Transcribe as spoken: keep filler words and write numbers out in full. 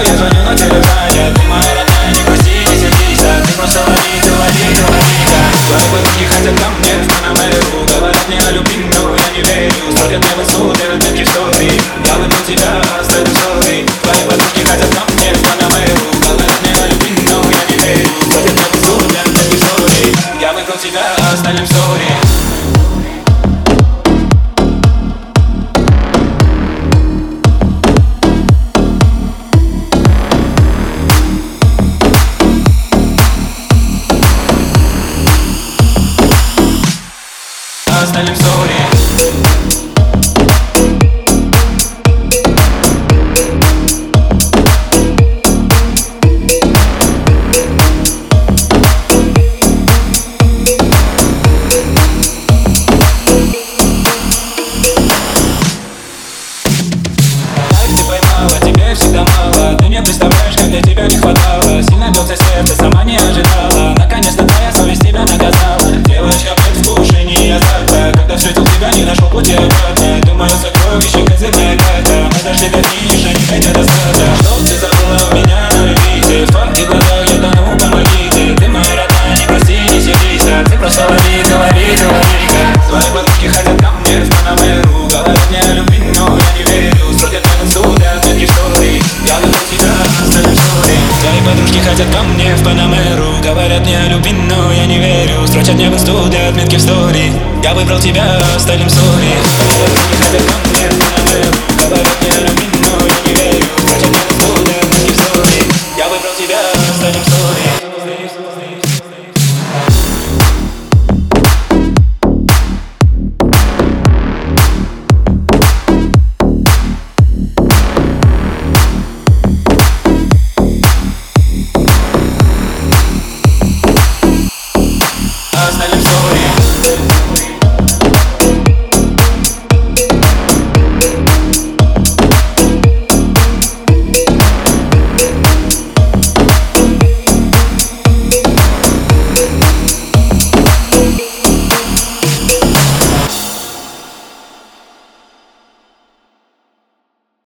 я звоню на телефоне. Ты моя родная, не грусти, не сердись, да. Ты просто лови, ты лови, ты лови, да. Твои подруги хотят ко мне в Панамеру. Говорят мне о любви, но я не верю. Столько мне высот, я отметки в стори. Я выбрал тебя, оставлю сори. Твои подружки хотят ко мне в Панамеру. Говорят мне о любви, но я не верю. Столько мне высот, я отметки в стори. Я выбрал тебя, оставлю сори. Оставим story. Ты поймала, тебе всегда мало. Ты не представляешь, как для тебя не хватало. Сильно бьется сердце, сама не ожидала. Наконец-то твоя совесть тебя наказала. Девочка, предвкушение азарта. Когда встретил тебя, не нашел пути обратно. Думаю, сокровище, козырная карта. Мы дошли до финиша, не хотя достаточно. Что ты забыла у меня на любите? В твоих глазах я тону, помогите. Ты моя родная, не грусти, не сердись, да. Ты просто лови, ты лови, ты лови-ка. Твои подружки хотят ко мне в Панамеру. Говорят мне о любви, но я не верю. Сродят мне танцуют, отметки в стори. Я выбрал тебя, оставим story. Твои подружки хотят ко мне в Панамеру. Говорят мне о любви, но я не верю. Строчат мне в инсту для отметки в стори. Я выбрал тебя, оставим story. Твои подружки хотят ко мне в Панамеру. Говорят мне о любви.